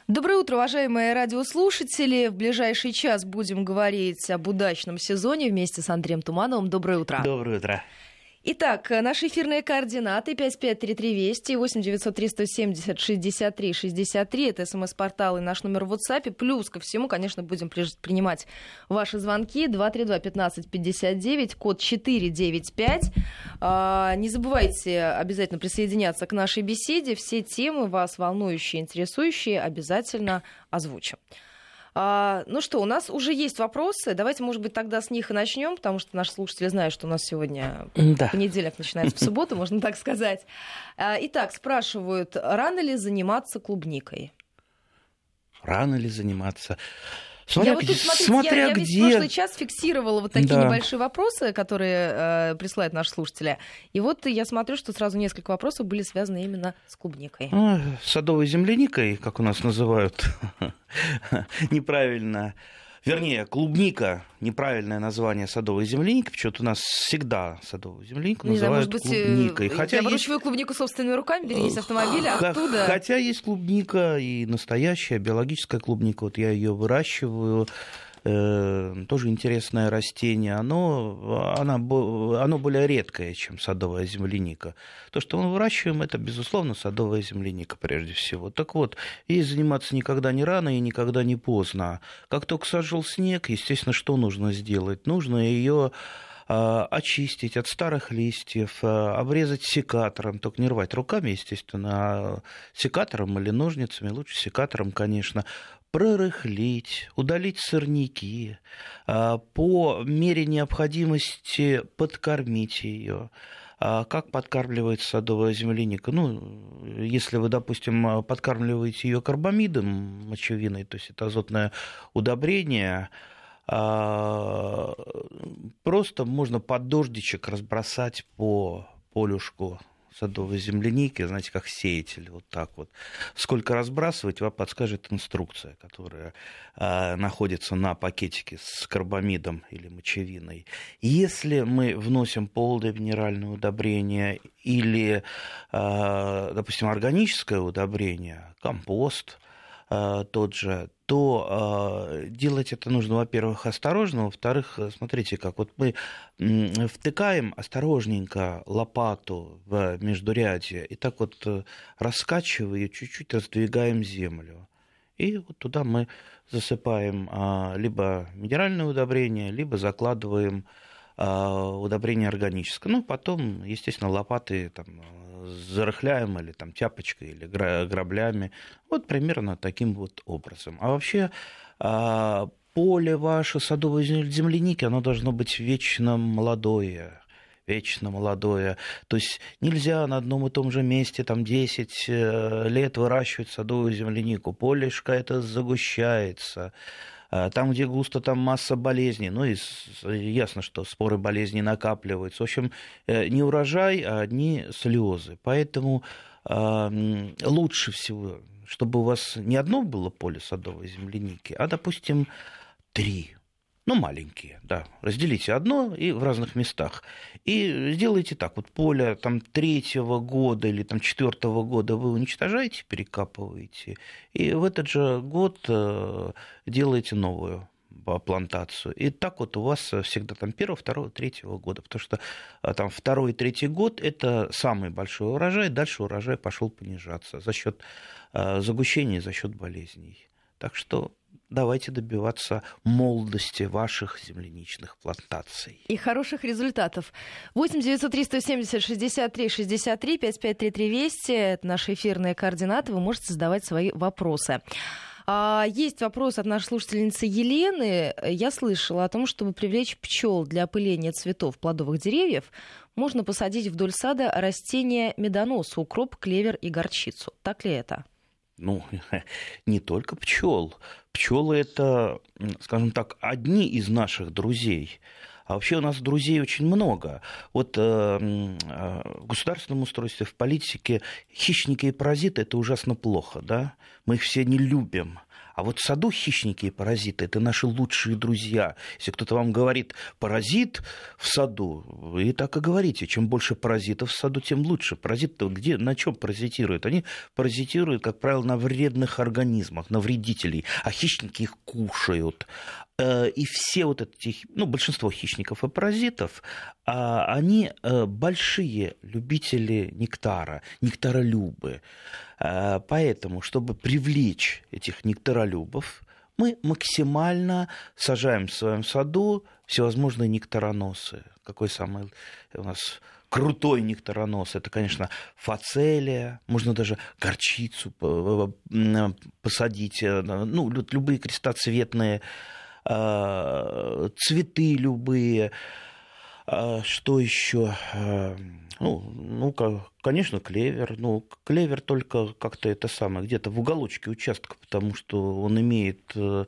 Доброе утро, уважаемые радиослушатели. В ближайший час будем говорить об удачном сезоне вместе с Андреем Тумановым. Доброе утро. Доброе утро. Итак, наши эфирные координаты 553320 8-903-170-63-63. Это СМС-портал и наш номер в WhatsApp. Плюс ко всему, конечно, будем принимать ваши звонки. 232-1559, код 495. Не забывайте обязательно присоединяться к нашей беседе. Все темы, вас волнующие, интересующие, обязательно озвучим. Ну что, у нас уже есть вопросы. Давайте, может быть, тогда с них и начнем, потому что наши слушатели знают, что у нас сегодня понедельник начинается в субботу, можно так сказать. Итак, спрашивают, рано ли заниматься клубникой? Рано ли заниматься? Я ведь в прошлый час фиксировала вот такие небольшие вопросы, которые присылают наши слушатели. И вот я смотрю, что сразу несколько вопросов были связаны именно с клубникой. Садовой земляникой, как у нас называют, неправильно. Вернее, клубника, неправильное название садовой земляники, почему-то у нас всегда садовую землянику называют клубникой. Хотя я выращиваю клубнику собственными руками, берегись автомобиля, оттуда... Хотя есть клубника и настоящая биологическая клубника, вот я ее выращиваю, тоже интересное растение, оно более редкое, чем садовая земляника. То, что мы выращиваем, это, безусловно, садовая земляника прежде всего. Так вот, ей заниматься никогда не рано и никогда не поздно. Как только сошел снег, естественно, что нужно сделать? Нужно ее очистить от старых листьев, обрезать секатором, только не рвать руками, естественно, а секатором или ножницами, лучше секатором, конечно, прорыхлить, удалить сорняки, по мере необходимости подкормить ее. Как подкармливается садовая земляника? Если вы, допустим, подкармливаете ее карбамидом мочевиной, то есть это азотное удобрение, просто можно под дождичек разбросать по полюшку садовой земляники, знаете, как сеятель, вот так вот. Сколько разбрасывать, вам подскажет инструкция, которая находится на пакетике с карбамидом или мочевиной. Если мы вносим полное минеральное удобрение или, допустим, органическое удобрение, компост тот же, то делать это нужно, во-первых, осторожно, во-вторых, смотрите, как вот мы втыкаем осторожненько лопату в междурядье и так вот раскачивая, чуть-чуть раздвигаем землю. И вот туда мы засыпаем либо минеральное удобрение, либо закладываем удобрение органическое. Потом, естественно, лопаты там зарыхляем или там тяпочкой, или граблями. Вот примерно таким вот образом. А вообще поле ваше садовой земляники, оно должно быть вечно молодое. Вечно молодое. То есть нельзя на одном и том же месте там 10 лет выращивать садовую землянику. Полешко это загущается. Там, где густо, там масса болезней. И ясно, что споры болезней накапливаются. В общем, не урожай, а одни слезы. Поэтому лучше всего, чтобы у вас не одно было поле садовой земляники, а, допустим, 3. Маленькие, да. Разделите одно и в разных местах. И сделайте так. Вот поле там 3-го года или там 4-го года вы уничтожаете, перекапываете. И в этот же год делаете новую плантацию. И так вот у вас всегда там 1-го, 2-го, 3-го года. Потому что там 2-й и 3-й год – это самый большой урожай. Дальше урожай пошел понижаться за счет загущения, за счет болезней. Так что давайте добиваться молодости ваших земляничных плантаций. И хороших результатов. 8-903-170-63-63, 553320, это наши эфирные координаты, вы можете задавать свои вопросы. Есть вопрос от нашей слушательницы Елены. Я слышала о том, чтобы привлечь пчел для опыления цветов плодовых деревьев, можно посадить вдоль сада растения медоноса, укроп, клевер и горчицу. Так ли это? Не только пчел. Пчелы это, скажем так, одни из наших друзей. А вообще у нас друзей очень много. Вот в государственном устройстве, в политике хищники и паразиты – это ужасно плохо, да? Мы их все не любим. А А вот в саду хищники и паразиты – это наши лучшие друзья. Если кто-то вам говорит «паразит в саду», вы так и говорите. Чем больше паразитов в саду, тем лучше. Паразиты где, на чем паразитируют? Они паразитируют, как правило, на вредных организмах, на вредителей. А хищники их кушают. И все вот эти, большинство хищников и паразитов, они большие любители нектара, нектаролюбы. Поэтому, чтобы привлечь этих нектаролюбов, мы максимально сажаем в своем саду всевозможные нектароносы. Какой самый у нас крутой нектаронос? Это, конечно, фацелия, можно даже горчицу посадить, любые крестоцветные цветы любые. Что еще? Конечно, клевер. Клевер только как-то это самое, где-то в уголочке участка, потому что он имеет...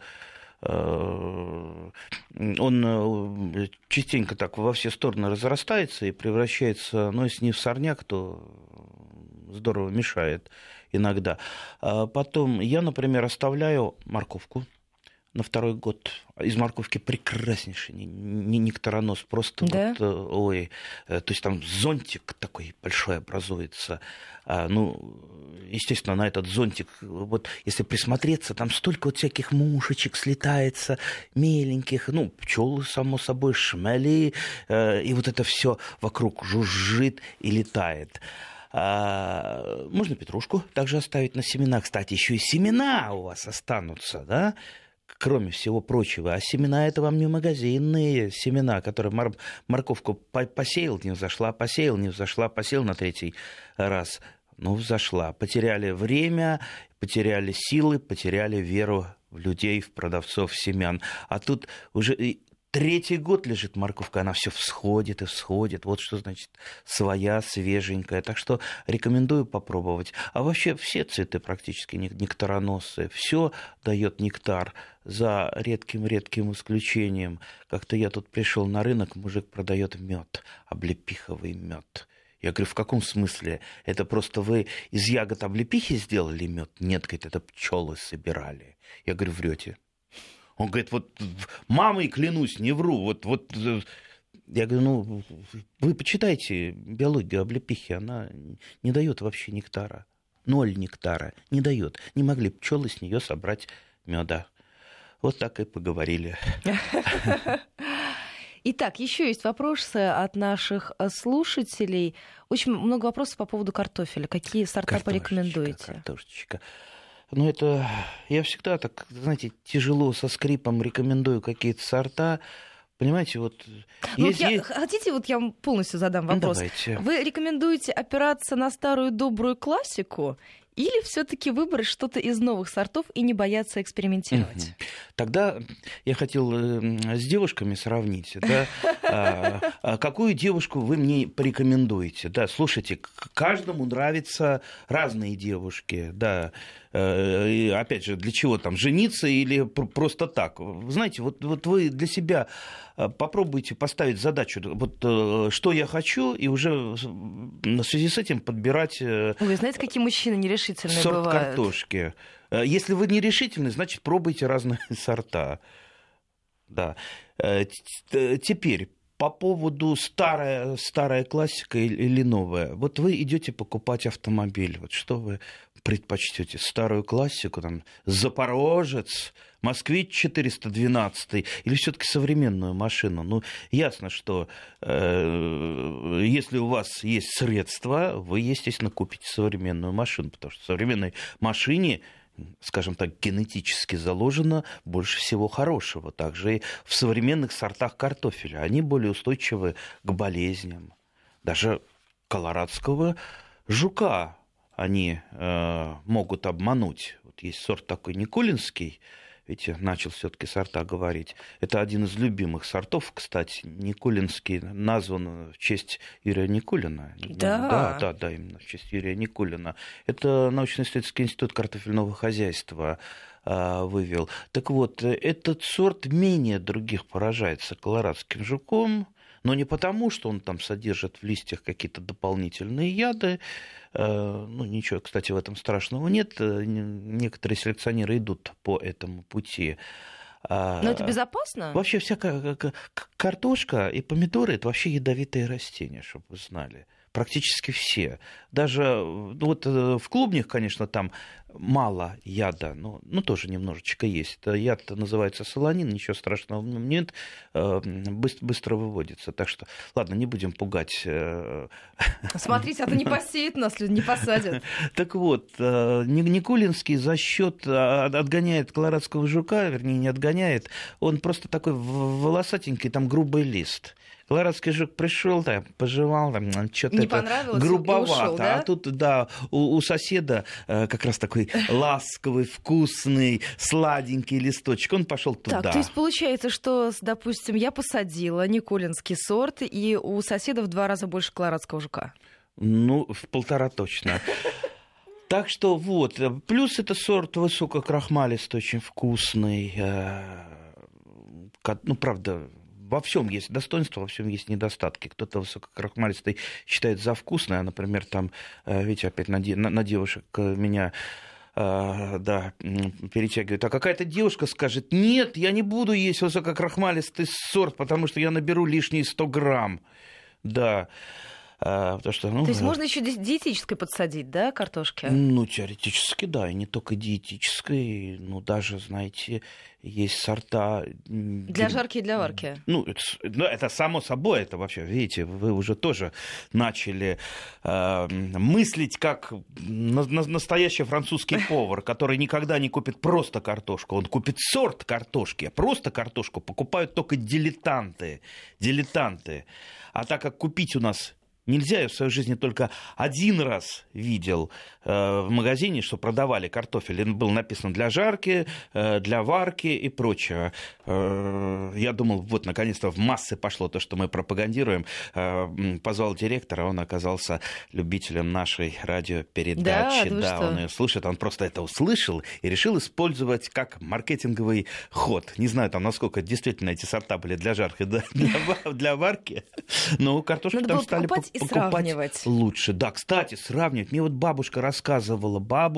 Он частенько так во все стороны разрастается и превращается, если не в сорняк, то здорово мешает иногда. Потом я, например, оставляю морковку на второй год. Из морковки прекраснейший нектаронос. Просто да? то есть там зонтик такой большой образуется. Естественно, на этот зонтик, если присмотреться, там столько всяких мушечек слетается, меленьких, пчелы, само собой, шмели, и это все вокруг жужжит и летает. Можно петрушку также оставить на семена. Кстати, еще и семена у вас останутся, да? Кроме всего прочего. А семена – это вам не магазинные семена, которые морковку посеял, не взошла, посеял, не взошла, посеял на третий раз, взошла. Потеряли время, потеряли силы, потеряли веру в людей, в продавцов семян. А тут уже третий год лежит морковка, она все всходит и всходит. Вот что значит своя, свеженькая. Так что рекомендую попробовать. А вообще все цветы практически нектароносы. Все дает нектар, за редким исключением. Как-то я тут пришел на рынок, мужик продает мед, облепиховый мед. Я говорю, в каком смысле? Это просто вы из ягод облепихи сделали мед? Нет, говорит, это пчелы собирали. Я говорю, врете. Он говорит, мамой клянусь, не вру. Я говорю, вы почитайте биологию облепихи, она не дает вообще нектара. 0 нектара не дает. Не могли пчелы с нее собрать меда. Вот так и поговорили. Итак, еще есть вопросы от наших слушателей. Очень много вопросов по поводу картофеля. Какие сорта порекомендуете? Картошечка. Это я всегда так, знаете, тяжело, со скрипом рекомендую какие-то сорта. Понимаете, Хотите, я вам полностью задам вопрос? Давайте. Вы рекомендуете опираться на старую добрую классику или все-таки выбрать что-то из новых сортов и не бояться экспериментировать? Тогда я хотел с девушками сравнить. Да? Какую девушку вы мне порекомендуете? Да, слушайте, каждому нравятся разные девушки. Да. И опять же, для чего там, жениться или просто так? Знаете, вы для себя попробуйте поставить задачу, что я хочу, и уже в связи с этим подбирать Вы знаете, какие мужчины нерешительные сорт бывают? Картошки. Если вы нерешительны, значит, пробуйте разные сорта. Да. Теперь по поводу старая классика или новая. Вы идете покупать автомобиль. Что вы предпочтете? Старую классику, Запорожец, Москвич 412 или все-таки современную машину? Ясно, что если у вас есть средства, вы, естественно, купите современную машину, потому что в современной машине, скажем так, генетически заложено больше всего хорошего. Также и в современных сортах картофеля. Они более устойчивы к болезням. Даже колорадского жука они могут обмануть. Есть сорт такой никулинский, видите, начал все-таки сорта говорить. Это один из любимых сортов, кстати, никулинский, назван в честь Юрия Никулина. Да, именно в честь Юрия Никулина. Это научно-исследовательский институт картофельного хозяйства вывел. Так вот, этот сорт менее других поражается колорадским жуком, Но не потому, что он там содержит в листьях какие-то дополнительные яды. Ну, ничего, кстати, в этом страшного нет. Некоторые селекционеры идут по этому пути. Но это безопасно? Вообще вся картошка и помидоры – это вообще ядовитые растения, чтобы вы знали. Практически все. Даже вот в клубнях, конечно, там мало яда, но тоже немножечко есть. Это яд называется солонин, ничего страшного нет, быстро выводится. Так что, ладно, не будем пугать. Смотрите, а то не посеют нас, не посадят. Так вот, Никулинский за счет отгоняет колорадского жука, вернее, не отгоняет, он просто такой волосатенький, там грубый лист. Колорадский жук пришел, там, пожевал, там, что-то не понравилось, грубовато. ушел, да? А тут, да, у соседа как раз такой ласковый, вкусный, сладенький листочек. Он пошел туда. Так, то есть получается, что, допустим, я посадила никулинский сорт, и у соседа в 2 раза больше колорадского жука? Ну, в 1,5 точно. Так что вот. Плюс это сорт высококрахмалистый, очень вкусный. Ну, правда, во всем есть достоинства, во всем есть недостатки. Кто-то высококрахмалистый считает за вкусный, а, например, там, видите, опять на девушек меня перетягивают. А какая-то девушка скажет: нет, я не буду есть высококрахмалистый сорт, потому что я наберу лишние 100 грамм. Да. Потому что, то есть можно еще диетической подсадить, да, картошки? Ну, теоретически, да, и не только диетической, ну, даже, знаете, есть сорта... Для жарки и для варки? Ну, это само собой, это вообще, видите, вы уже тоже начали мыслить как настоящий французский повар, который никогда не купит просто картошку, он купит сорт картошки, а просто картошку покупают только дилетанты. А так как купить у нас... Нельзя, я в своей жизни только один раз видел в магазине, что продавали картофель. Он был написан для жарки, для варки и прочего. Я думал, вот, наконец-то в массы пошло то, что мы пропагандируем. Позвал директора, он оказался любителем нашей радиопередачи. Да, он ее слушает, он просто это услышал и решил использовать как маркетинговый ход. Не знаю, там, насколько действительно эти сорта были для жарки, для варки, но картошку там стали покупать лучше. Да, кстати, сравнивать. Мне вот бабушка рассказывала,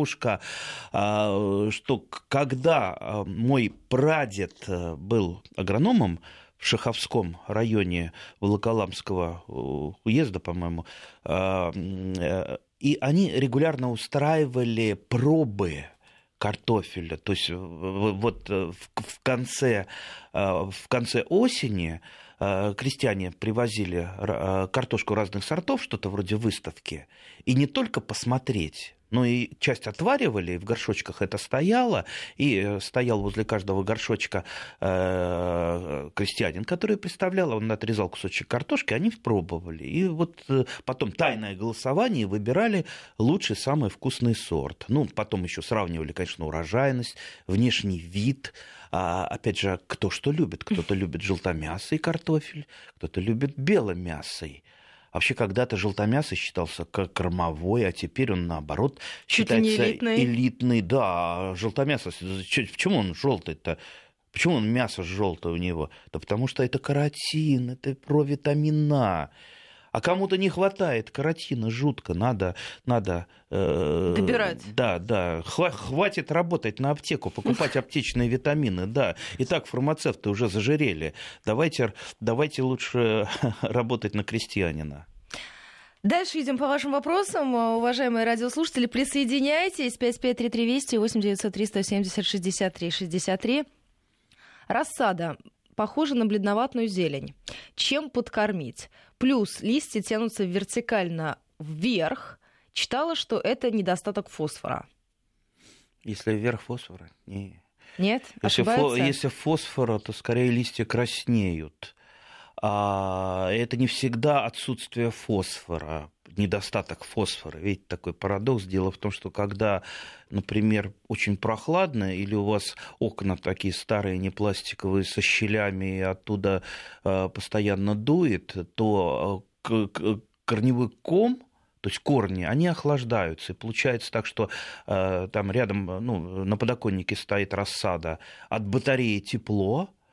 что когда мой прадед был агрономом в Шаховском районе Волоколамского уезда, по-моему, и они регулярно устраивали пробы картофеля. То есть вот в конце осени крестьяне привозили картошку разных сортов, что-то вроде выставки, и не только посмотреть, но и часть отваривали, и в горшочках это стояло, и стоял возле каждого горшочка крестьянин, который представлял, он отрезал кусочек картошки, они пробовали. И вот потом тайное голосование, выбирали лучший, самый вкусный сорт. Ну, потом еще сравнивали, конечно, урожайность, внешний вид. Опять же, кто что любит. Кто-то любит желтомясый картофель, кто-то любит беломясый. Вообще, когда-то желтомясый считался как кормовой, а теперь он, наоборот, считается элитный. Да, желтомясо. Почему он желтый-то? Почему он мясо желтое у него? Да потому что это каротин, это провитамин А. А кому-то не хватает каротина, жутко, надо добирать. Да, хватит работать на аптеку, покупать аптечные витамины, да. Итак, фармацевты уже зажирели. Давайте лучше работать на крестьянина. Дальше идем по вашим вопросам. Уважаемые радиослушатели, присоединяйтесь. 553320 8-903-170-63-63. Рассада похожа на бледноватую зелень. Чем подкормить? Плюс листья тянутся вертикально вверх. Читала, что это недостаток фосфора. Если вверх фосфора? Нет? Ошибается? Если фосфора, то скорее листья краснеют. Это не всегда отсутствие фосфора, недостаток фосфора. Видите, такой парадокс. Дело в том, что когда, например, очень прохладно, или у вас окна такие старые, не пластиковые, со щелями, и оттуда постоянно дует, то корневой ком, то есть корни, они охлаждаются. И получается так, что там рядом, на подоконнике стоит рассада, от батареи тепло,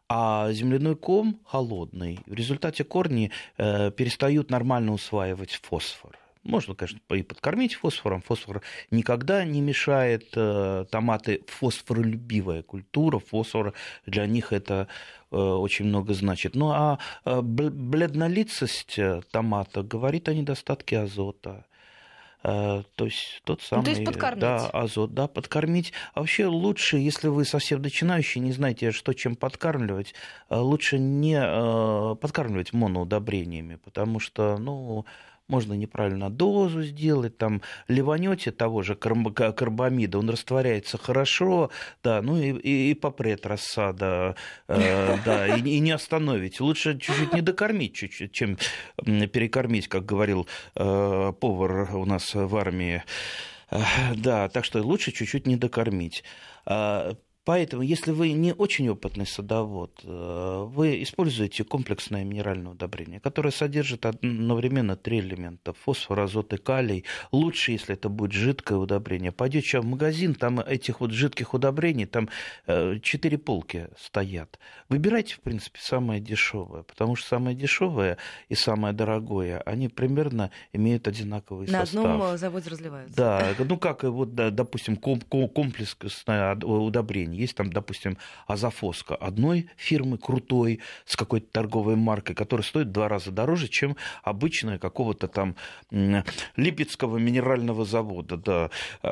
а земляной ком холодный. В результате корни перестают нормально усваивать фосфор. Можно, конечно, и подкормить фосфором. Фосфор никогда не мешает. Томаты — фосфоролюбивая культура. Фосфор для них это очень много значит. Ну, а бледнолицость томата говорит о недостатке азота. То есть тот самый, то есть подкормить. Да, азот, да, подкормить. А вообще лучше, если вы совсем начинающий, не знаете, что чем подкармливать, лучше не подкармливать моноудобрениями, потому что, ну, можно неправильно дозу сделать, там, ливанете того же карбамида, он растворяется хорошо, да, ну и попрет рассада, да, и не остановите. Лучше чуть-чуть не докормить, чуть-чуть, чем перекормить, как говорил повар у нас в армии. Да, так что лучше чуть-чуть не докормить. Поэтому, если вы не очень опытный садовод, вы используете комплексное минеральное удобрение, которое содержит одновременно 3 элемента: фосфор, азот и калий. Лучше, если это будет жидкое удобрение. Пойдете в магазин, там этих вот жидких удобрений, там 4 полки стоят. Выбирайте, в принципе, самое дешевое, потому что самое дешевое и самое дорогое, они примерно имеют одинаковый состав. На одном заводе разливаются. Да, ну как вот, допустим, комплексное удобрение. Есть там, допустим, азофоска одной фирмы крутой, с какой-то торговой маркой, которая стоит в 2 раза дороже, чем обычная какого-то там Липецкого минерального завода. Да.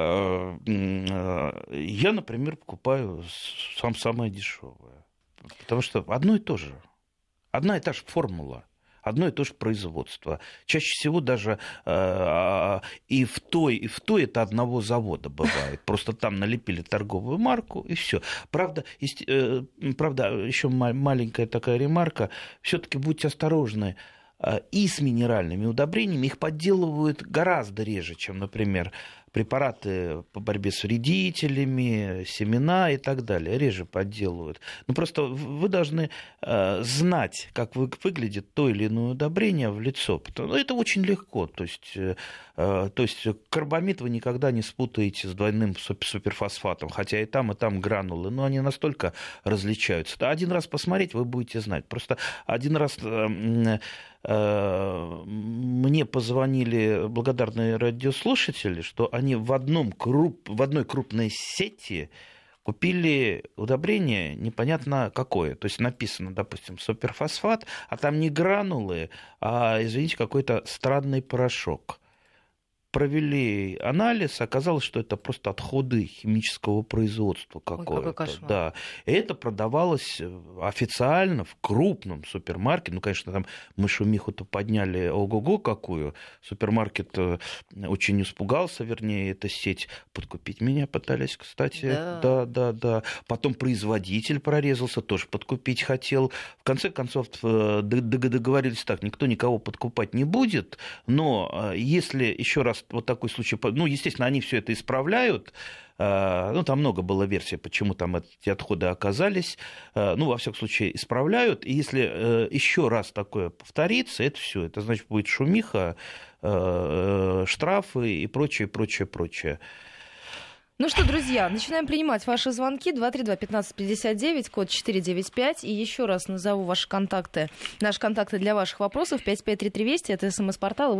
Я, например, покупаю самое дешевое. Потому что одно и то же. Одна и та же формула. Одно и то же производство. Чаще всего даже и в той это одного завода бывает. Просто там налепили торговую марку, и все. Правда, еще маленькая такая ремарка. Все-таки будьте осторожны. И с минеральными удобрениями их подделывают гораздо реже, чем, например, препараты по борьбе с вредителями, семена и так далее. Реже подделывают. Но просто вы должны знать, как выглядит то или иное удобрение в лицо. Это очень легко. То есть карбамид вы никогда не спутаете с двойным суперфосфатом, хотя и там гранулы, но они настолько различаются. Один раз посмотреть, вы будете знать. Просто один раз мне позвонили благодарные радиослушатели, что они в одной крупной сети купили удобрение непонятно какое. То есть написано, допустим, суперфосфат, а там не гранулы, а, извините, какой-то странный порошок. Провели анализ, оказалось, что это просто отходы химического производства какое-то. Ой, какой кошмар. Да. И это продавалось официально в крупном супермаркете. Ну, конечно, там мы шумиху-то подняли ого-го какую. Супермаркет очень испугался, вернее, эта сеть. Подкупить меня пытались, кстати. Да. Потом производитель прорезался, тоже подкупить хотел. В конце концов договорились так: никто никого подкупать не будет, но если еще раз вот такой случай, ну, естественно, они все это исправляют. Ну, там много было версий, почему там эти отходы оказались. Ну, во всяком случае, исправляют. И если еще раз такое повторится, это все. Это значит, будет шумиха, штрафы и прочее. Ну что, друзья, начинаем принимать ваши звонки. 232-1559, код 495. И еще раз назову ваши контакты. Наши контакты для ваших вопросов. 553320, это смс-портал,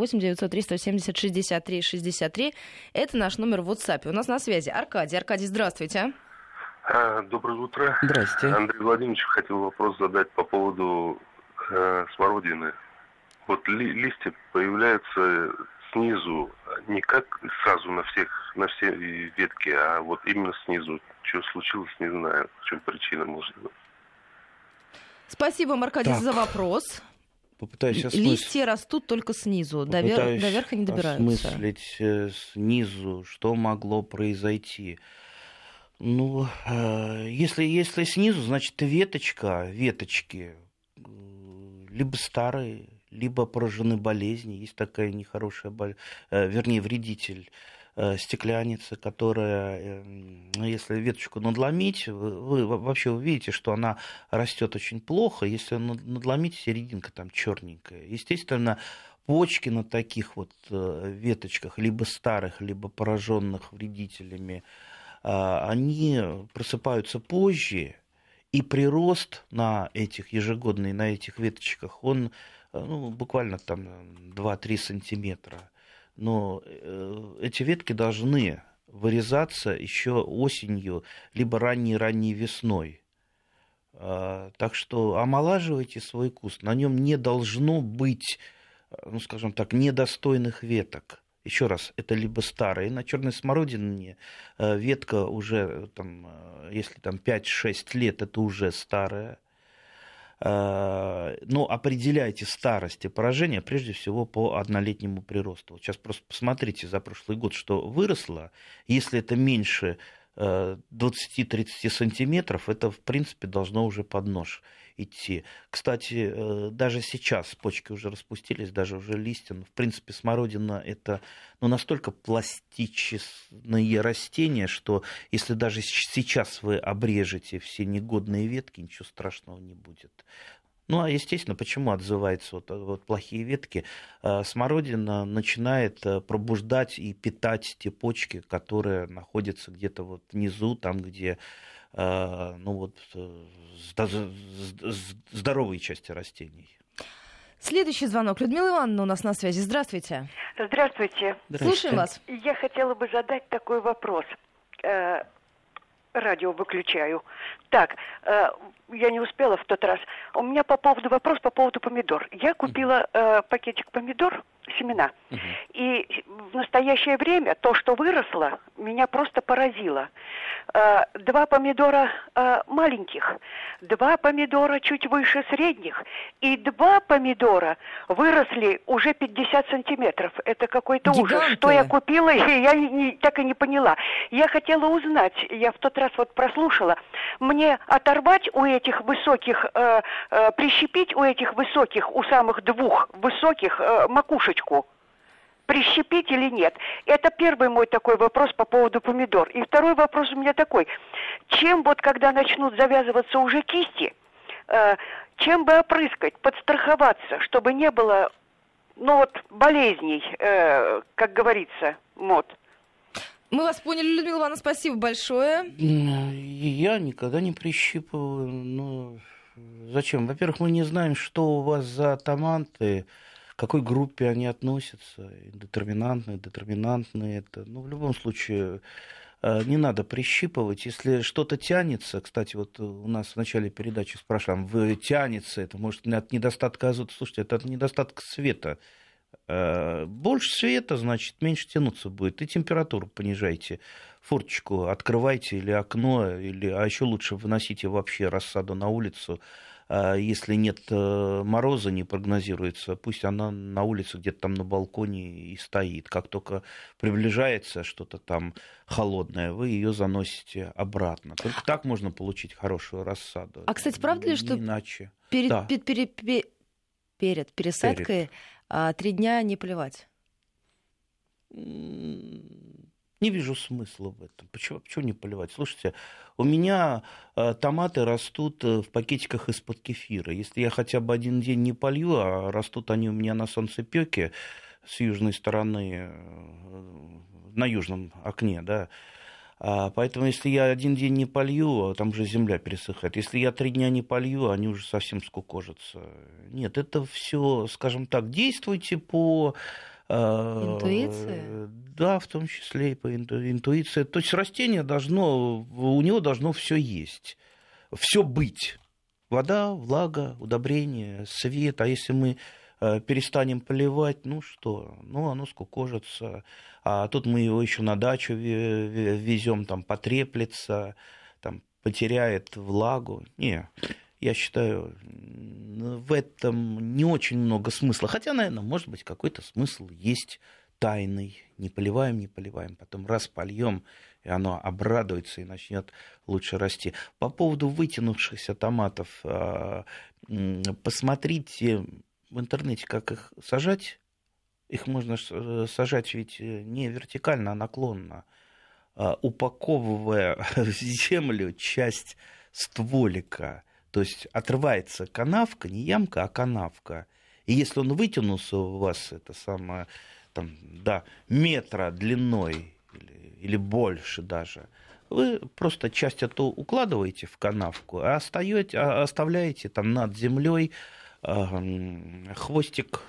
8-903-170-63-63. Это наш номер в WhatsApp. У нас на связи Аркадий. Аркадий, здравствуйте. Доброе утро. Здравствуйте. Андрей Владимирович, хотел вопрос задать по поводу смородины. Вот листья появляются снизу, не как сразу на все ветки, а вот именно снизу. Что случилось, не знаю, в чем причина может быть. Спасибо, Аркадий, за вопрос. Попытаюсь Листья растут только снизу, до верха не добираются. Осмыслить снизу, что могло произойти. Ну, если снизу, значит, веточки либо старые, либо поражены болезнью. Есть такая нехорошая вредитель стекляница, которая, если веточку надломить, вы вообще увидите, что она растет очень плохо. Если надломить, серединка там черненькая. Естественно, почки на таких вот веточках, либо старых, либо пораженных вредителями, они просыпаются позже. И прирост на этих ежегодный, на этих веточках, он буквально там 2-3 сантиметра. Но эти ветки должны вырезаться еще осенью, либо ранней весной. Так что омолаживайте свой куст. На нем не должно быть, скажем так, недостойных веток. Еще раз, это либо старые. На черной смородине ветка уже, если 5-6 лет, это уже старая. Но определяйте старость и поражение прежде всего по однолетнему приросту. Сейчас просто посмотрите за прошлый год, что выросло. Если это меньше 20-30 сантиметров, это, в принципе, должно уже под нож идти. Кстати, даже сейчас почки уже распустились, даже уже листья. В принципе, смородина – это настолько пластичные растения, что если даже сейчас вы обрежете все негодные ветки, ничего страшного не будет. А естественно, почему отзываются вот плохие ветки? Смородина начинает пробуждать и питать те почки, которые находятся где-то вот внизу, там, где здоровые части растений. Следующий звонок. Людмила Ивановна у нас на связи. Здравствуйте. Здравствуйте. Слушаем вас. Я хотела бы задать такой вопрос. Радио выключаю. Так, я не успела в тот раз. У меня вопрос по поводу помидор. Я купила пакетик помидор, семена. И в настоящее время то, что выросло, меня просто поразило. 2 помидора маленьких, 2 помидора чуть выше средних, и 2 помидора выросли уже 50 сантиметров. Это какой-то ужас. Что я купила, я так и не поняла. Я хотела узнать, я в тот раз прослушала, мне оторвать у этих высоких, прищепить у этих высоких, у самых 2 высоких макушечку? Прищепить или нет? Это первый мой такой вопрос по поводу помидор. И второй вопрос у меня такой. Чем когда начнут завязываться уже кисти, чем бы опрыскать, подстраховаться, чтобы не было, болезней, как говорится, Мы вас поняли, Людмила Ивановна, спасибо большое. Я никогда не прищипываю. Зачем? Во-первых, мы не знаем, что у вас за томаты, к какой группе они относятся, индетерминантные, детерминантные. Это, в любом случае, не надо прищипывать. Если что-то тянется, кстати, у нас в начале передачи спрашиваем, тянется, это может от недостатка азота. Слушайте, это от недостатка света. Больше света, значит, меньше тянуться будет. И температуру понижайте. Форточку открывайте или окно, а еще лучше выносите вообще рассаду на улицу. Если нет мороза, не прогнозируется, пусть она на улице где-то там на балконе и стоит. Как только приближается что-то там холодное, вы ее заносите обратно. Только так можно получить хорошую рассаду. Кстати, правда ли, что иначе? Перед пересадкой 3 дня не поливать? Не вижу смысла в этом. Почему не поливать? Слушайте, у меня томаты растут в пакетиках из-под кефира. Если я хотя бы 1 день не полью, а растут они у меня на солнцепёке с южной стороны, на южном окне, да. Поэтому если я 1 день не полью, там уже земля пересыхает. Если я 3 дня не полью, они уже совсем скукожатся. Нет, это все, скажем так, действуйте по... Интуиция? Да, в том числе и по интуиции. То есть растение у него должно все есть, все быть. Вода, влага, удобрение, свет. А если мы перестанем поливать, оно скукожится. А тут мы его еще на дачу везем, там потреплется, там потеряет влагу. Я считаю, в этом не очень много смысла. Хотя, наверное, может быть, какой-то смысл есть тайный. Не поливаем, потом раз польем, и оно обрадуется и начнет лучше расти. По поводу вытянувшихся томатов, посмотрите в интернете, как их сажать. Их можно сажать ведь не вертикально, а наклонно, упаковывая в землю часть стволика. То есть отрывается канавка, не ямка, а канавка. И если он вытянулся у вас, это самое, метра длиной или больше даже, вы просто часть эту укладываете в канавку, а оставляете там над землей хвостик,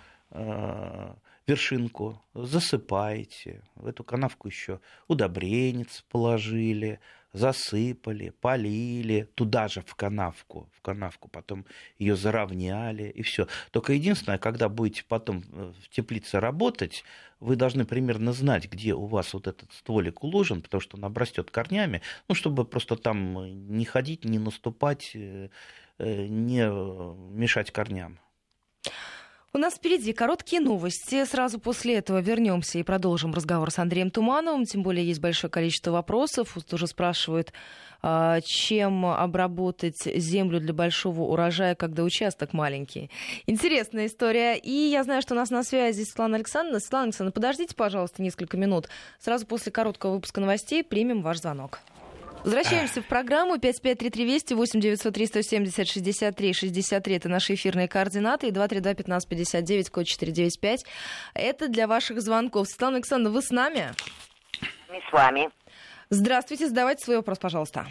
вершинку, засыпаете. В эту канавку еще удобренец положили, засыпали, полили, туда же в канавку, потом ее заровняли, и все. Только единственное, когда будете потом в теплице работать, вы должны примерно знать, где у вас вот этот стволик уложен, потому что он обрастет корнями, ну, чтобы просто там не ходить, не наступать, не мешать корням. У нас впереди короткие новости. Сразу после этого вернемся и продолжим разговор с Андреем Тумановым. Тем более есть большое количество вопросов. Тоже спрашивают, чем обработать землю для большого урожая, когда участок маленький. Интересная история. И я знаю, что у нас на связи Светлана Александровна. Светлана Александровна, подождите, пожалуйста, несколько минут. Сразу после короткого выпуска новостей примем ваш звонок. Возвращаемся в программу 553320 8-903-170-63-63. Это наши эфирные координаты. И 232-1559, код 495. Это для ваших звонков. Светлана Александровна, вы с нами? Мы с вами. Здравствуйте. Задавайте свой вопрос, пожалуйста.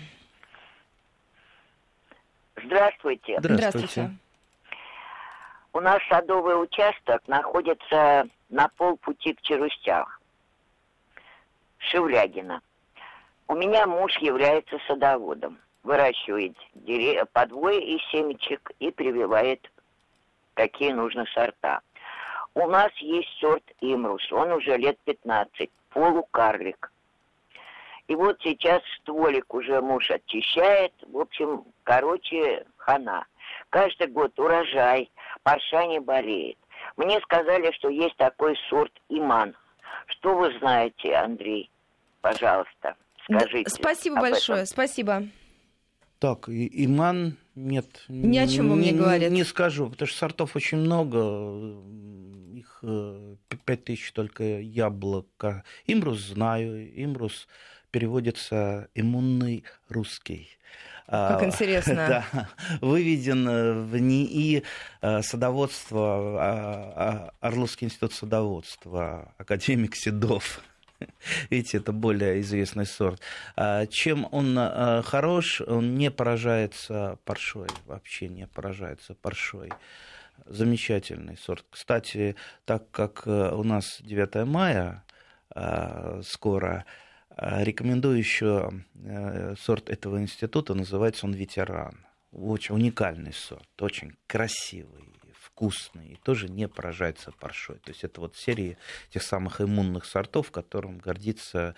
Здравствуйте. Здравствуйте. У нас садовый участок находится на полпути к Черустях. Шевлягина. У меня муж является садоводом. Выращивает подвои из семечек и прививает, какие нужны сорта. У нас есть сорт Имрус. Он уже лет 15. Полукарлик. И вот сейчас стволик уже муж очищает. В общем, хана. Каждый год урожай, парша не болеет. Мне сказали, что есть такой сорт Иман. Что вы знаете, Андрей? Пожалуйста. Скажите. Спасибо большое, спасибо. Так, Иман, нет. Ни о чем вам не говорит. Не скажу, потому что сортов очень много. Их 5000 только яблоко. Имрус знаю. Имрус переводится «иммунный русский». Как интересно. Да, выведен в НИИ садоводства, Орловский институт садоводства, академик Седов. Видите, это более известный сорт. Чем он хорош, он не поражается паршой, вообще не поражается паршой. Замечательный сорт. Кстати, так как у нас 9 мая скоро, рекомендую еще сорт этого института, называется он «Ветеран». Очень уникальный сорт, очень красивый, вкусный, и тоже не поражается паршой. То есть это вот серия тех самых иммунных сортов, которым гордится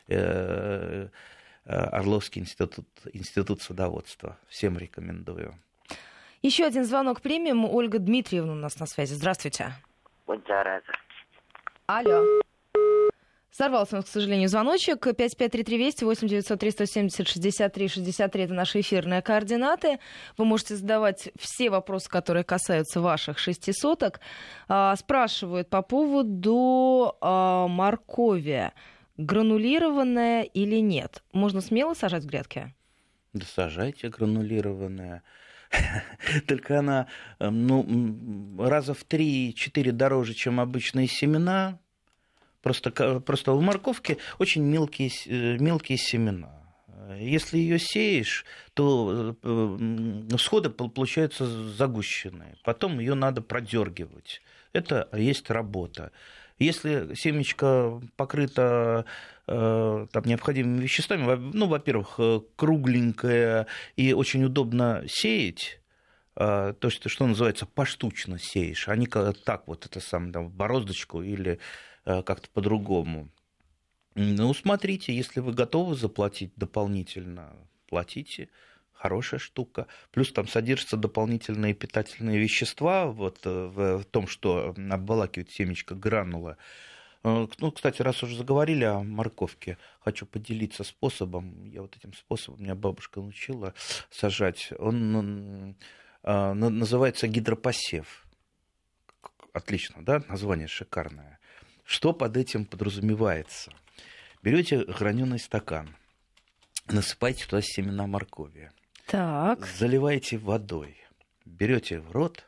Орловский институт садоводства. Всем рекомендую. Еще один звонок примем. Ольга Дмитриевна у нас на связи. Здравствуйте. Вот зараза. Алло. Сорвался у нас, к сожалению, звоночек. 553320 8-903-170-63-63. Это наши эфирные координаты. Вы можете задавать все вопросы, которые касаются ваших 6 соток. Спрашивают по поводу моркови. Гранулированная или нет? Можно смело сажать в грядке? Да сажайте гранулированная. Только она раза в 3-4 дороже, чем обычные семена. Просто у морковки очень мелкие семена. Если ее сеешь, то всходы получаются загущенные. Потом ее надо продергивать. Это есть работа. Если семечко покрыто там, необходимыми веществами, во-первых, кругленькое и очень удобно сеять, то, что называется, поштучно сеешь, а не так вот это самое, там, в бороздочку или как-то по-другому. Ну, смотрите, если вы готовы заплатить дополнительно, платите. Хорошая штука. Плюс там содержатся дополнительные питательные вещества вот, в том, что обволакивает семечко гранула. Ну, кстати, раз уже заговорили о морковке, хочу поделиться способом. Я вот этим способом, меня бабушка научила сажать. Он называется гидропосев. Отлично, да? Название шикарное. Что под этим подразумевается? Берете граненый стакан, насыпаете туда семена моркови. Так. Заливаете водой, берете в рот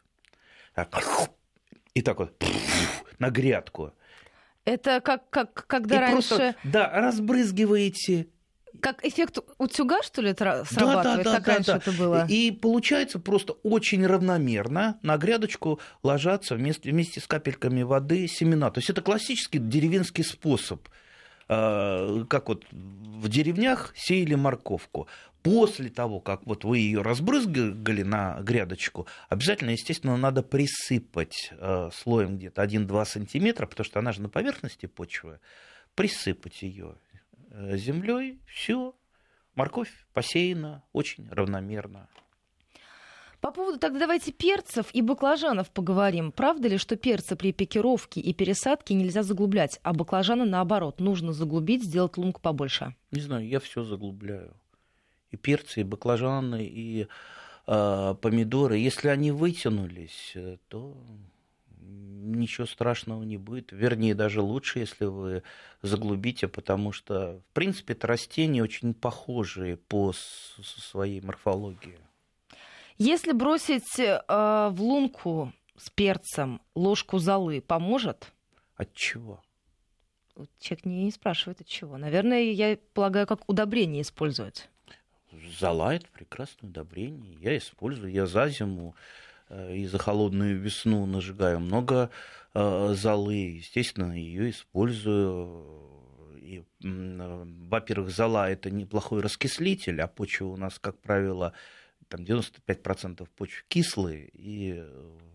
и так вот на грядку. Это когда и раньше... Просто, разбрызгиваете Как эффект утюга, что ли, срабатывает? Так раньше это было? И получается просто очень равномерно на грядочку ложатся вместе с капельками воды семена. То есть это классический деревенский способ, как вот в деревнях сеяли морковку. После того, как вот вы ее разбрызгали на грядочку, обязательно, естественно, надо присыпать слоем где-то 1-2 сантиметра, потому что она же на поверхности почвы, присыпать ее землей, все, морковь посеяна очень равномерно. По поводу, тогда давайте перцев и баклажанов поговорим. Правда ли, что перцы при пикировке и пересадке нельзя заглублять, а баклажаны, наоборот, нужно заглубить, сделать лунку побольше? Не знаю, я все заглубляю. И перцы, и баклажаны, и помидоры. Если они вытянулись, то ничего страшного не будет. Вернее, даже лучше, если вы заглубите, потому что, в принципе, это растения очень похожие по своей морфологии. Если бросить в лунку с перцем ложку золы, поможет? От чего? Человек не спрашивает, от чего. Наверное, я полагаю, как удобрение использовать. Зола – это прекрасное удобрение. Я использую. Я за зиму и за холодную весну нажигаю много золы. Естественно, ее использую. И, во-первых, зола – это неплохой раскислитель, а почва у нас, как правило, там 95% почв кислые. И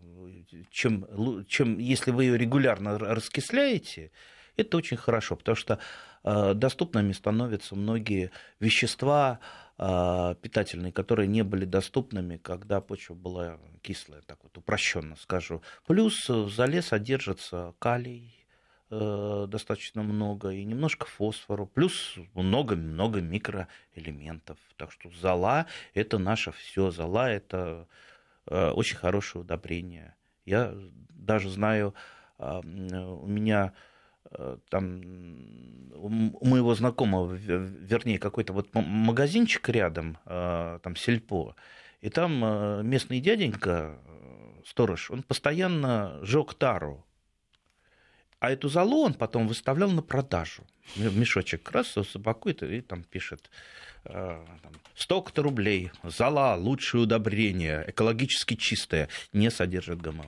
если вы ее регулярно раскисляете, это очень хорошо, потому что доступными становятся многие вещества питательные, которые не были доступными, когда почва была кислая, так вот упрощенно скажу. Плюс в золе содержится калий достаточно много и немножко фосфора, плюс много-много микроэлементов. Так что зола – это наше все. Зола – это очень хорошее удобрение. Я даже знаю, у меня там у моего знакомого, вернее, какой-то вот магазинчик рядом, там сельпо, и там местный дяденька, сторож, он постоянно жег тару. А эту золу он потом выставлял на продажу. Мешочек раз упакует и там пишет: столько-то рублей, зола, лучшее удобрение, экологически чистое, не содержит ГМО.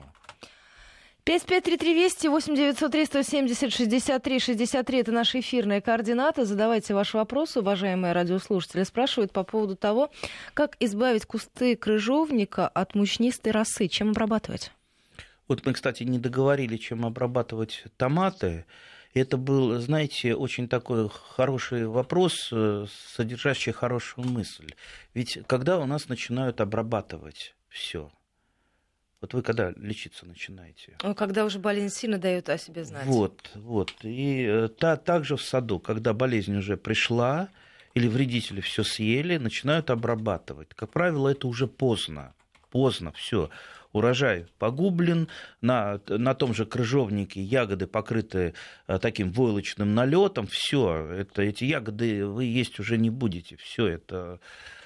553320 8903 170 63 63 это наши эфирные координаты. Задавайте ваши вопросы, уважаемые радиослушатели. Спрашивают по поводу того, как избавить кусты крыжовника от мучнистой росы, чем обрабатывать. Вот мы, кстати, не договорили, чем обрабатывать томаты. Это был, знаете, очень такой хороший вопрос, содержащий хорошую мысль. Ведь когда у нас начинают обрабатывать все? Вот вы когда лечиться начинаете? Когда уже болезнь сильно дает о себе знать. Вот. И также в саду, когда болезнь уже пришла, или вредители все съели, начинают обрабатывать. Как правило, это уже поздно. Все. Урожай погублен, на том же крыжовнике ягоды покрыты таким войлочным налетом. Все, эти ягоды вы есть уже не будете. Все это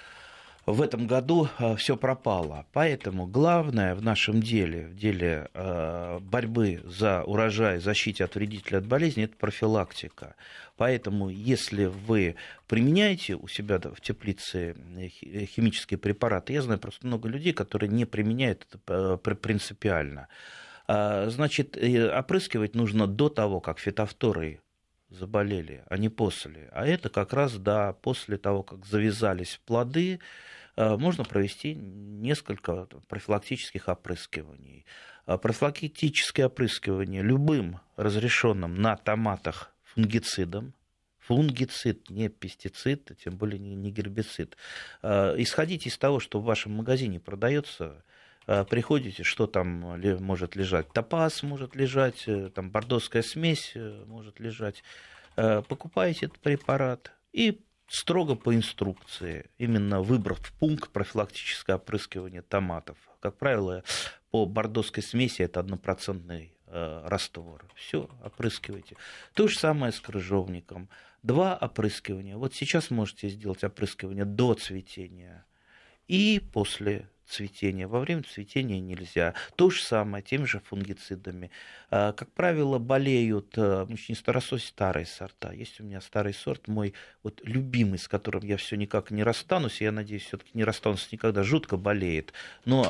в этом году все пропало. Поэтому главное в нашем деле, в деле борьбы за урожай, защите от вредителей, от болезней, это профилактика. Поэтому, если вы применяете у себя в теплице химические препараты, я знаю просто много людей, которые не применяют это принципиально, значит, опрыскивать нужно до того, как фитофторы заболели, а не после. А это как раз, да, после того, как завязались плоды, можно провести несколько профилактических опрыскиваний. Профилактическое опрыскивание любым разрешенным на томатах фунгицидом. Фунгицид, не пестицид, тем более не гербицид. Исходите из того, что в вашем магазине продается, приходите, что там может лежать. Топаз может лежать, там бордоская смесь может лежать. Покупаете этот препарат и строго по инструкции, именно выбрав пункт профилактическое опрыскивание томатов. Как правило, по бордоской смеси это 1% раствор. Все, опрыскивайте. То же самое с крыжовником. 2 опрыскивания. Вот сейчас можете сделать опрыскивание до цветения и после цветения. Во время цветения нельзя. То же самое теми же фунгицидами. Как правило, болеют мучнистая росой старые сорта. Есть у меня старый сорт, мой вот любимый, с которым я все никак не расстанусь. Я надеюсь, все-таки не расстанусь никогда. Жутко болеет. Но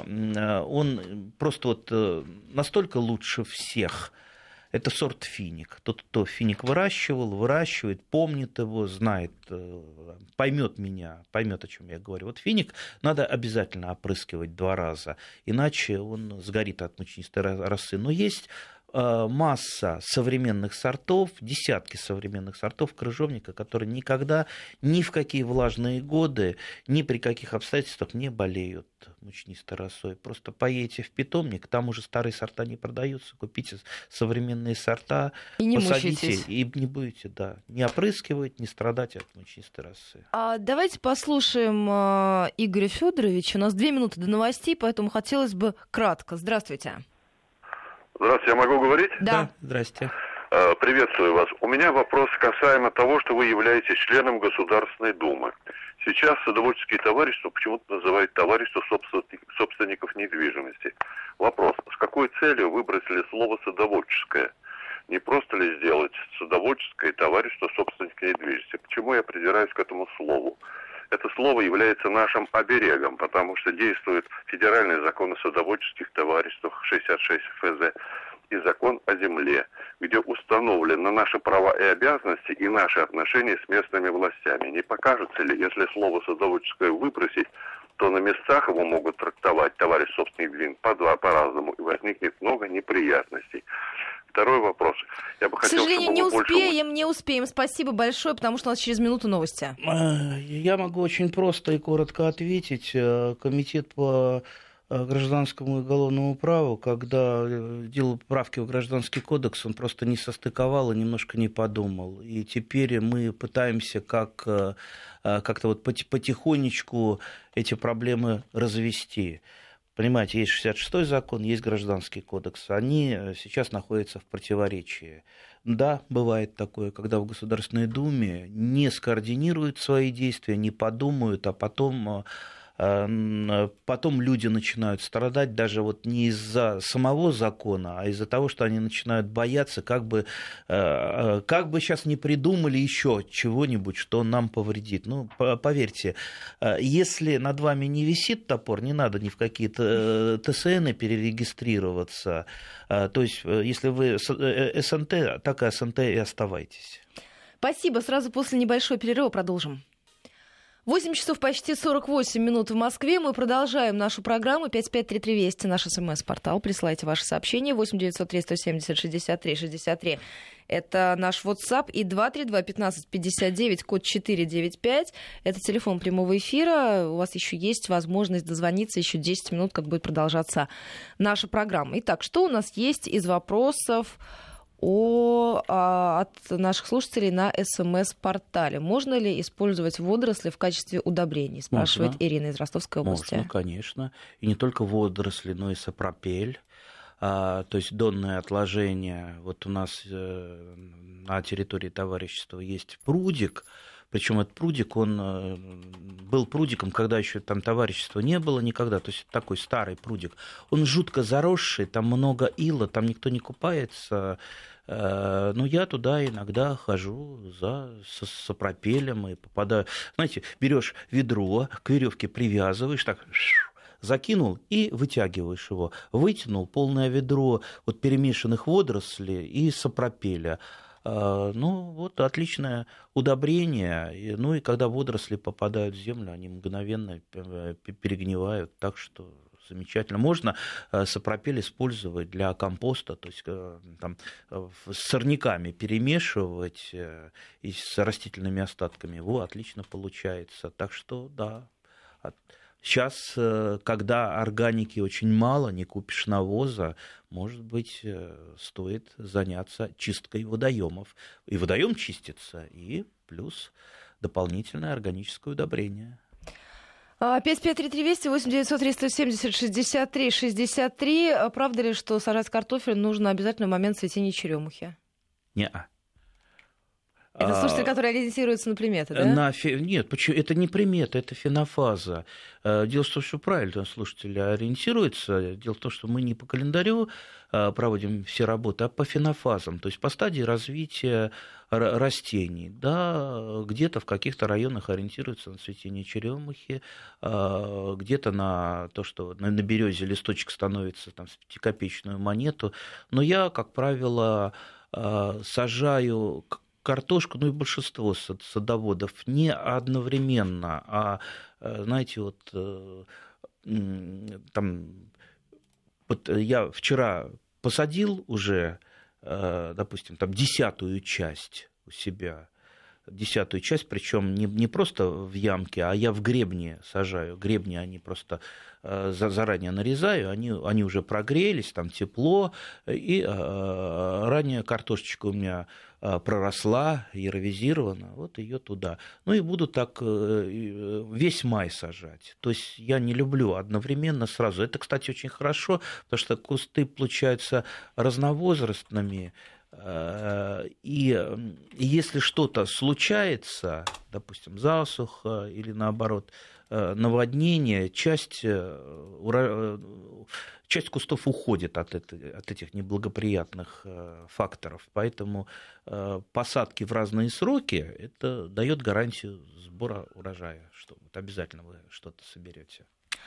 он просто вот настолько лучше всех. Это сорт финик. Тот, кто финик выращивает, помнит его, знает, поймет меня, поймет, о чем я говорю. Вот финик надо обязательно опрыскивать 2 раза, иначе он сгорит от мучнистой росы. Но есть масса современных сортов, десятки современных сортов крыжовника, которые никогда, ни в какие влажные годы, ни при каких обстоятельствах не болеют мучнистой росой. Просто поедете в питомник, там уже старые сорта не продаются, купите современные сорта, и посадите, и не будете, не опрыскивать, не страдать от мучнистой росы. Давайте послушаем Игоря Федоровича. У нас 2 минуты до новостей, поэтому хотелось бы кратко. Здравствуйте. Здравствуйте, я могу говорить? Да. Здрасте. Приветствую вас. У меня вопрос касаемо того, что вы являетесь членом Государственной Думы. Сейчас садоводческие товарищества почему-то называют товарищество собственников недвижимости. Вопрос, с какой целью выбросили слово «садоводческое»? Не просто ли сделать садоводческое товарищество собственников недвижимости? Почему я придираюсь к этому слову? Это слово является нашим оберегом, потому что действует федеральный закон о садоводческих товариществах 66 ФЗ и закон о земле, где установлены наши права и обязанности и наши отношения с местными властями. Не покажется ли, если слово «садоводческое» выбросить, то на местах его могут трактовать товарищ собственник двин по-разному, и возникнет много неприятностей. Второй вопрос. Я бы хотел, к сожалению, чтобы не успеем. Спасибо большое, потому что у нас через минуту новости. Я могу очень просто и коротко ответить. Комитет по гражданскому и уголовному праву, когда делал правки в Гражданский кодекс, он просто не состыковал и немножко не подумал. И теперь мы пытаемся как-то вот потихонечку эти проблемы развести. Понимаете, есть 66-й закон, есть Гражданский кодекс. Они сейчас находятся в противоречии. Да, бывает такое, когда в Государственной Думе не скоординируют свои действия, не подумают, а потом люди начинают страдать даже вот не из-за самого закона, а из-за того, что они начинают бояться, как бы сейчас не придумали еще чего-нибудь, что нам повредит. Ну, поверьте, если над вами не висит топор, не надо ни в какие ТСН перерегистрироваться. То есть, если вы СНТ, так и СНТ и оставайтесь. Спасибо. Сразу после небольшого перерыва продолжим. 8 часов почти 48 минут в Москве. Мы продолжаем нашу программу. 553320, наш СМС-портал. Присылайте ваши сообщения. 8-903-170-63-63. Это наш WhatsApp. И 232-1559, код 495. Это телефон прямого эфира. У вас еще есть возможность дозвониться еще 10 минут, как будет продолжаться наша программа. Итак, что у нас есть из вопросов от наших слушателей на СМС-портале? Можно ли использовать водоросли в качестве удобрений? Спрашивает Ирина из Ростовской области. Можно, конечно. И не только водоросли, но и сапропель. То есть донное отложение. Вот у нас на территории товарищества есть прудик. Причем этот прудик, он был прудиком, когда еще там товарищества не было никогда. То есть такой старый прудик. Он жутко заросший, там много ила, там никто не купается. Но я туда иногда хожу с сапропелем и попадаю. Знаете, берешь ведро, к веревке привязываешь, так закинул и вытягиваешь его. Вытянул полное ведро вот перемешанных водорослей и сапропеля. Ну, вот отличное удобрение. Ну, и когда водоросли попадают в землю, они мгновенно перегнивают, так что замечательно. Можно сапропель использовать для компоста, то есть там, с сорняками перемешивать и с растительными остатками. Его отлично получается. Так что, да. Сейчас, когда органики очень мало, не купишь навоза, может быть, стоит заняться чисткой водоемов. И водоем чистится, и плюс дополнительное органическое удобрение. 553320 8-903-170-63-63. Правда ли, что сажать картофель нужно обязательно в момент цветения черемухи? Не-а. Это слушатели, которые ориентируются на приметы, да? Нет, почему? Это не примета, это фенофаза. Дело в том, что правильно слушатели ориентируются. Дело в том, что мы не по календарю проводим все работы, а по фенофазам, то есть по стадии развития растений. Да, где-то в каких-то районах ориентируются на цветение черемухи, где-то на то, что на березе листочек становится там, с 5-копеечную монету. Но я, как правило, сажаю картошку, ну и большинство садоводов, не одновременно, а, знаете, вот там, вот я вчера посадил уже, допустим, там 10-ю часть у себя, 10-ю часть, причем не просто в ямке, а я в гребне сажаю. Гребни они просто заранее нарезаю, они уже прогрелись, там тепло, и ранее картошечка у меня проросла, яровизирована, вот ее туда. Ну и буду так весь май сажать. То есть я не люблю одновременно сразу. Это, кстати, очень хорошо, потому что кусты получаются разновозрастными, и если что-то случается, допустим, засуха или наоборот наводнение, часть кустов уходит от этих неблагоприятных факторов. Поэтому посадки в разные сроки это дает гарантию сбора урожая, что вот обязательно вы что-то соберете.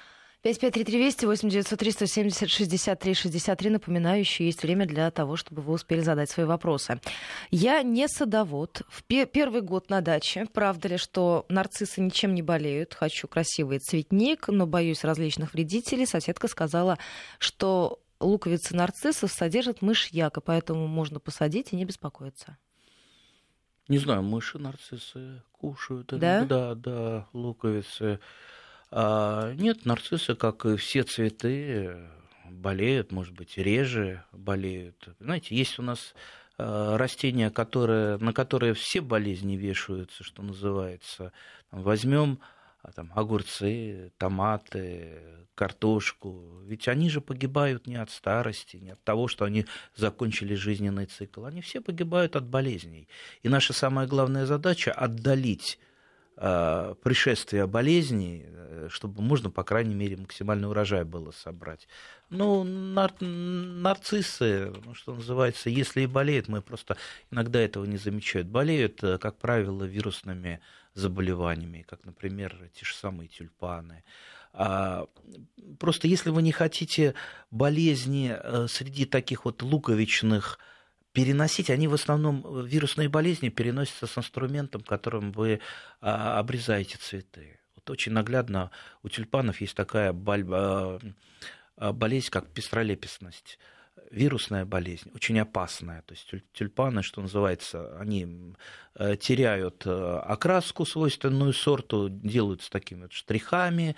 5533-200-370-63-63. Напоминаю, еще есть время для того, чтобы вы успели задать свои вопросы. Я не садовод. В первый год на даче. Правда ли, что нарциссы ничем не болеют? Хочу красивый цветник, но боюсь различных вредителей. Соседка сказала, что луковицы нарциссов содержат мышьяк, и поэтому можно посадить и не беспокоиться. Не знаю, мыши нарциссы кушают. Да? Да, луковицы. Нет, нарциссы, как и все цветы, болеют, может быть, реже болеют. Знаете, есть у нас растения, на которые все болезни вешаются, что называется. Возьмем огурцы, томаты, картошку. Ведь они же погибают не от старости, не от того, что они закончили жизненный цикл. Они все погибают от болезней. И наша самая главная задача — отдалить пришествия болезней, чтобы можно, по крайней мере, максимальный урожай было собрать. Ну, нарциссы, что называется, если и болеют, мы просто иногда этого не замечают. Болеют, как правило, вирусными заболеваниями, как, например, те же самые тюльпаны. Просто если вы не хотите болезни среди таких вот луковичных переносить, они в основном, вирусные болезни переносятся с инструментом, которым вы обрезаете цветы. Вот очень наглядно у тюльпанов есть такая болезнь, как пестролепестность. Вирусная болезнь, очень опасная. То есть тюльпаны, что называется, они теряют окраску, свойственную сорту, делаются такими вот штрихами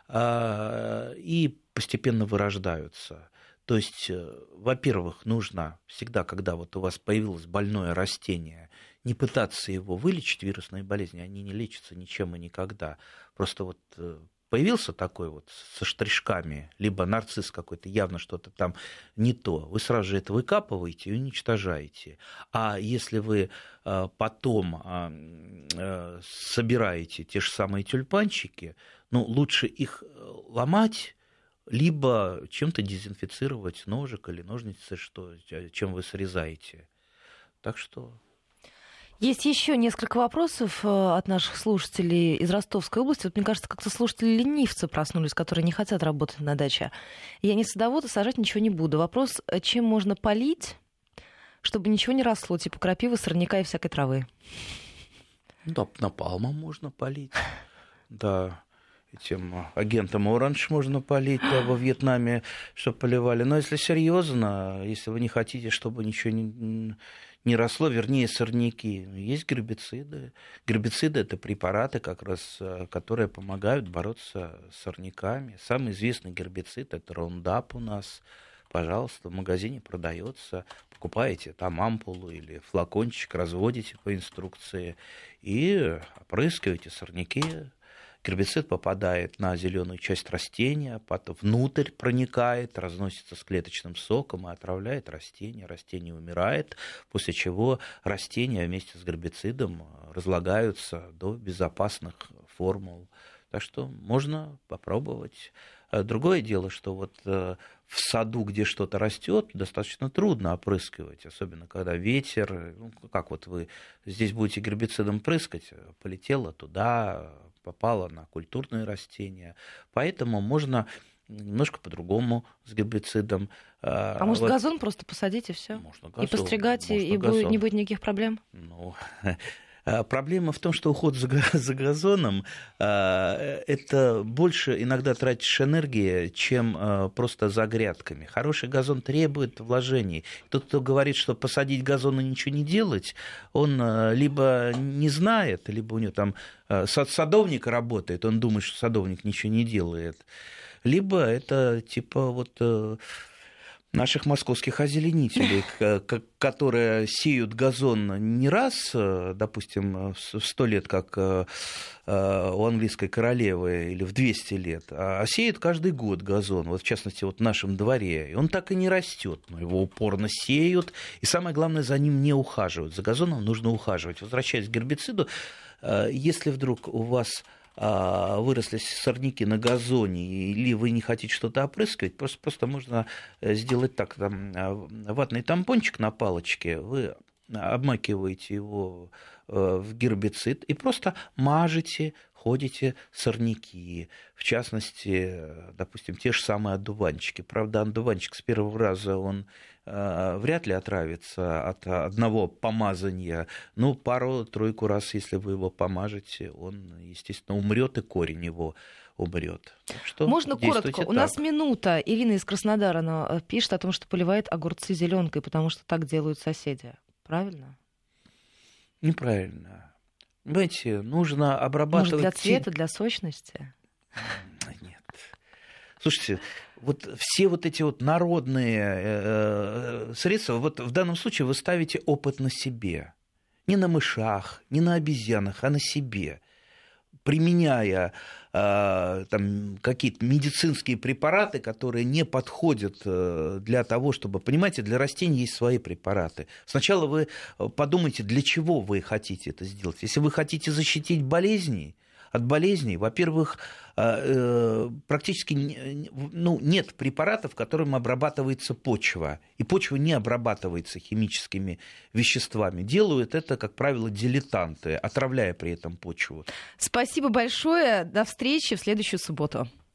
и постепенно вырождаются. То есть, во-первых, нужно всегда, когда вот у вас появилось больное растение, не пытаться его вылечить, вирусные болезни, они не лечатся ничем и никогда. Просто вот появился такой вот со штришками, либо нарцисс какой-то, явно что-то там не то, вы сразу же это выкапываете и уничтожаете. А если вы потом собираете те же самые тюльпанчики, ну, лучше их ломать, либо чем-то дезинфицировать ножик или ножницы, чем вы срезаете. Так что... Есть еще несколько вопросов от наших слушателей из Ростовской области. Вот, мне кажется, как-то слушатели-ленивцы проснулись, которые не хотят работать на даче. Я не садовод, и сажать ничего не буду. Вопрос, чем можно полить, чтобы ничего не росло, типа крапивы, сорняка и всякой травы? Да, напалмом можно полить. Да. Этим агентом Оранж можно полить во Вьетнаме, чтобы поливали. Но если серьезно, если вы не хотите, чтобы ничего не росло, вернее, сорняки, есть гербициды. Гербициды — это препараты, как раз, которые помогают бороться с сорняками. Самый известный гербицид — это Roundup у нас. Пожалуйста, в магазине продается. Покупаете там ампулу или флакончик, разводите по инструкции и опрыскиваете сорняки Гербицид попадает на зеленую часть растения, потом внутрь проникает, разносится с клеточным соком и отравляет растение. Растение умирает, после чего растения вместе с гербицидом разлагаются до безопасных формул. Так что можно попробовать. Другое дело, что вот в саду, где что-то растет, достаточно трудно опрыскивать, особенно когда ветер. Ну, как вот вы здесь будете гербицидом прыскать, полетело туда, попало на культурные растения. Поэтому можно немножко по-другому с гербицидом. А может, вот газон просто посадить и все? Можно газон, и постригать, и газон. не будет никаких проблем? Ну, проблема в том, что уход за газоном это больше иногда тратишь энергии, чем просто за грядками. Хороший газон требует вложений. Тот, кто говорит, что посадить газон и ничего не делать, он либо не знает, либо у него там садовник работает, он думает, что садовник ничего не делает, либо это типа вот наших московских озеленителей, которые сеют газон не раз, допустим, в 100 лет, как у английской королевы, или в 200 лет, а сеют каждый год газон, вот в частности, вот в нашем дворе. И он так и не растет, но его упорно сеют, и самое главное, за ним не ухаживают. За газоном нужно ухаживать. Возвращаясь к гербициду, если вдруг у вас выросли сорняки на газоне, или вы не хотите что-то опрыскивать, просто можно сделать так, там, ватный тампончик на палочке, вы обмакиваете его в гербицид и просто мажете, ходите сорняки, в частности, допустим, те же самые одуванчики. Правда, одуванчик с первого раза он вряд ли отравится от одного помазания, но пару-тройку раз, если вы его помажете, он, естественно, умрет, и корень его умрет. Можно коротко? У нас минута. Ирина из Краснодара, она пишет о том, что поливает огурцы зеленкой, потому что так делают соседи. Правильно? Неправильно. Понимаете, нужно обрабатывать... Может, для цвета, для сочности? Нет. Слушайте, вот все вот эти вот народные средства, вот в данном случае вы ставите опыт на себе. Не на мышах, не на обезьянах, а на себе. Применяя там, какие-то медицинские препараты, которые не подходят для того, чтобы... Понимаете, для растений есть свои препараты. Сначала вы подумайте, для чего вы хотите это сделать. Если вы хотите защитить от болезней, во-первых, практически нет препаратов, которым обрабатывается почва. И почва не обрабатывается химическими веществами. Делают это, как правило, дилетанты, отравляя при этом почву. Спасибо большое. До встречи в следующую субботу.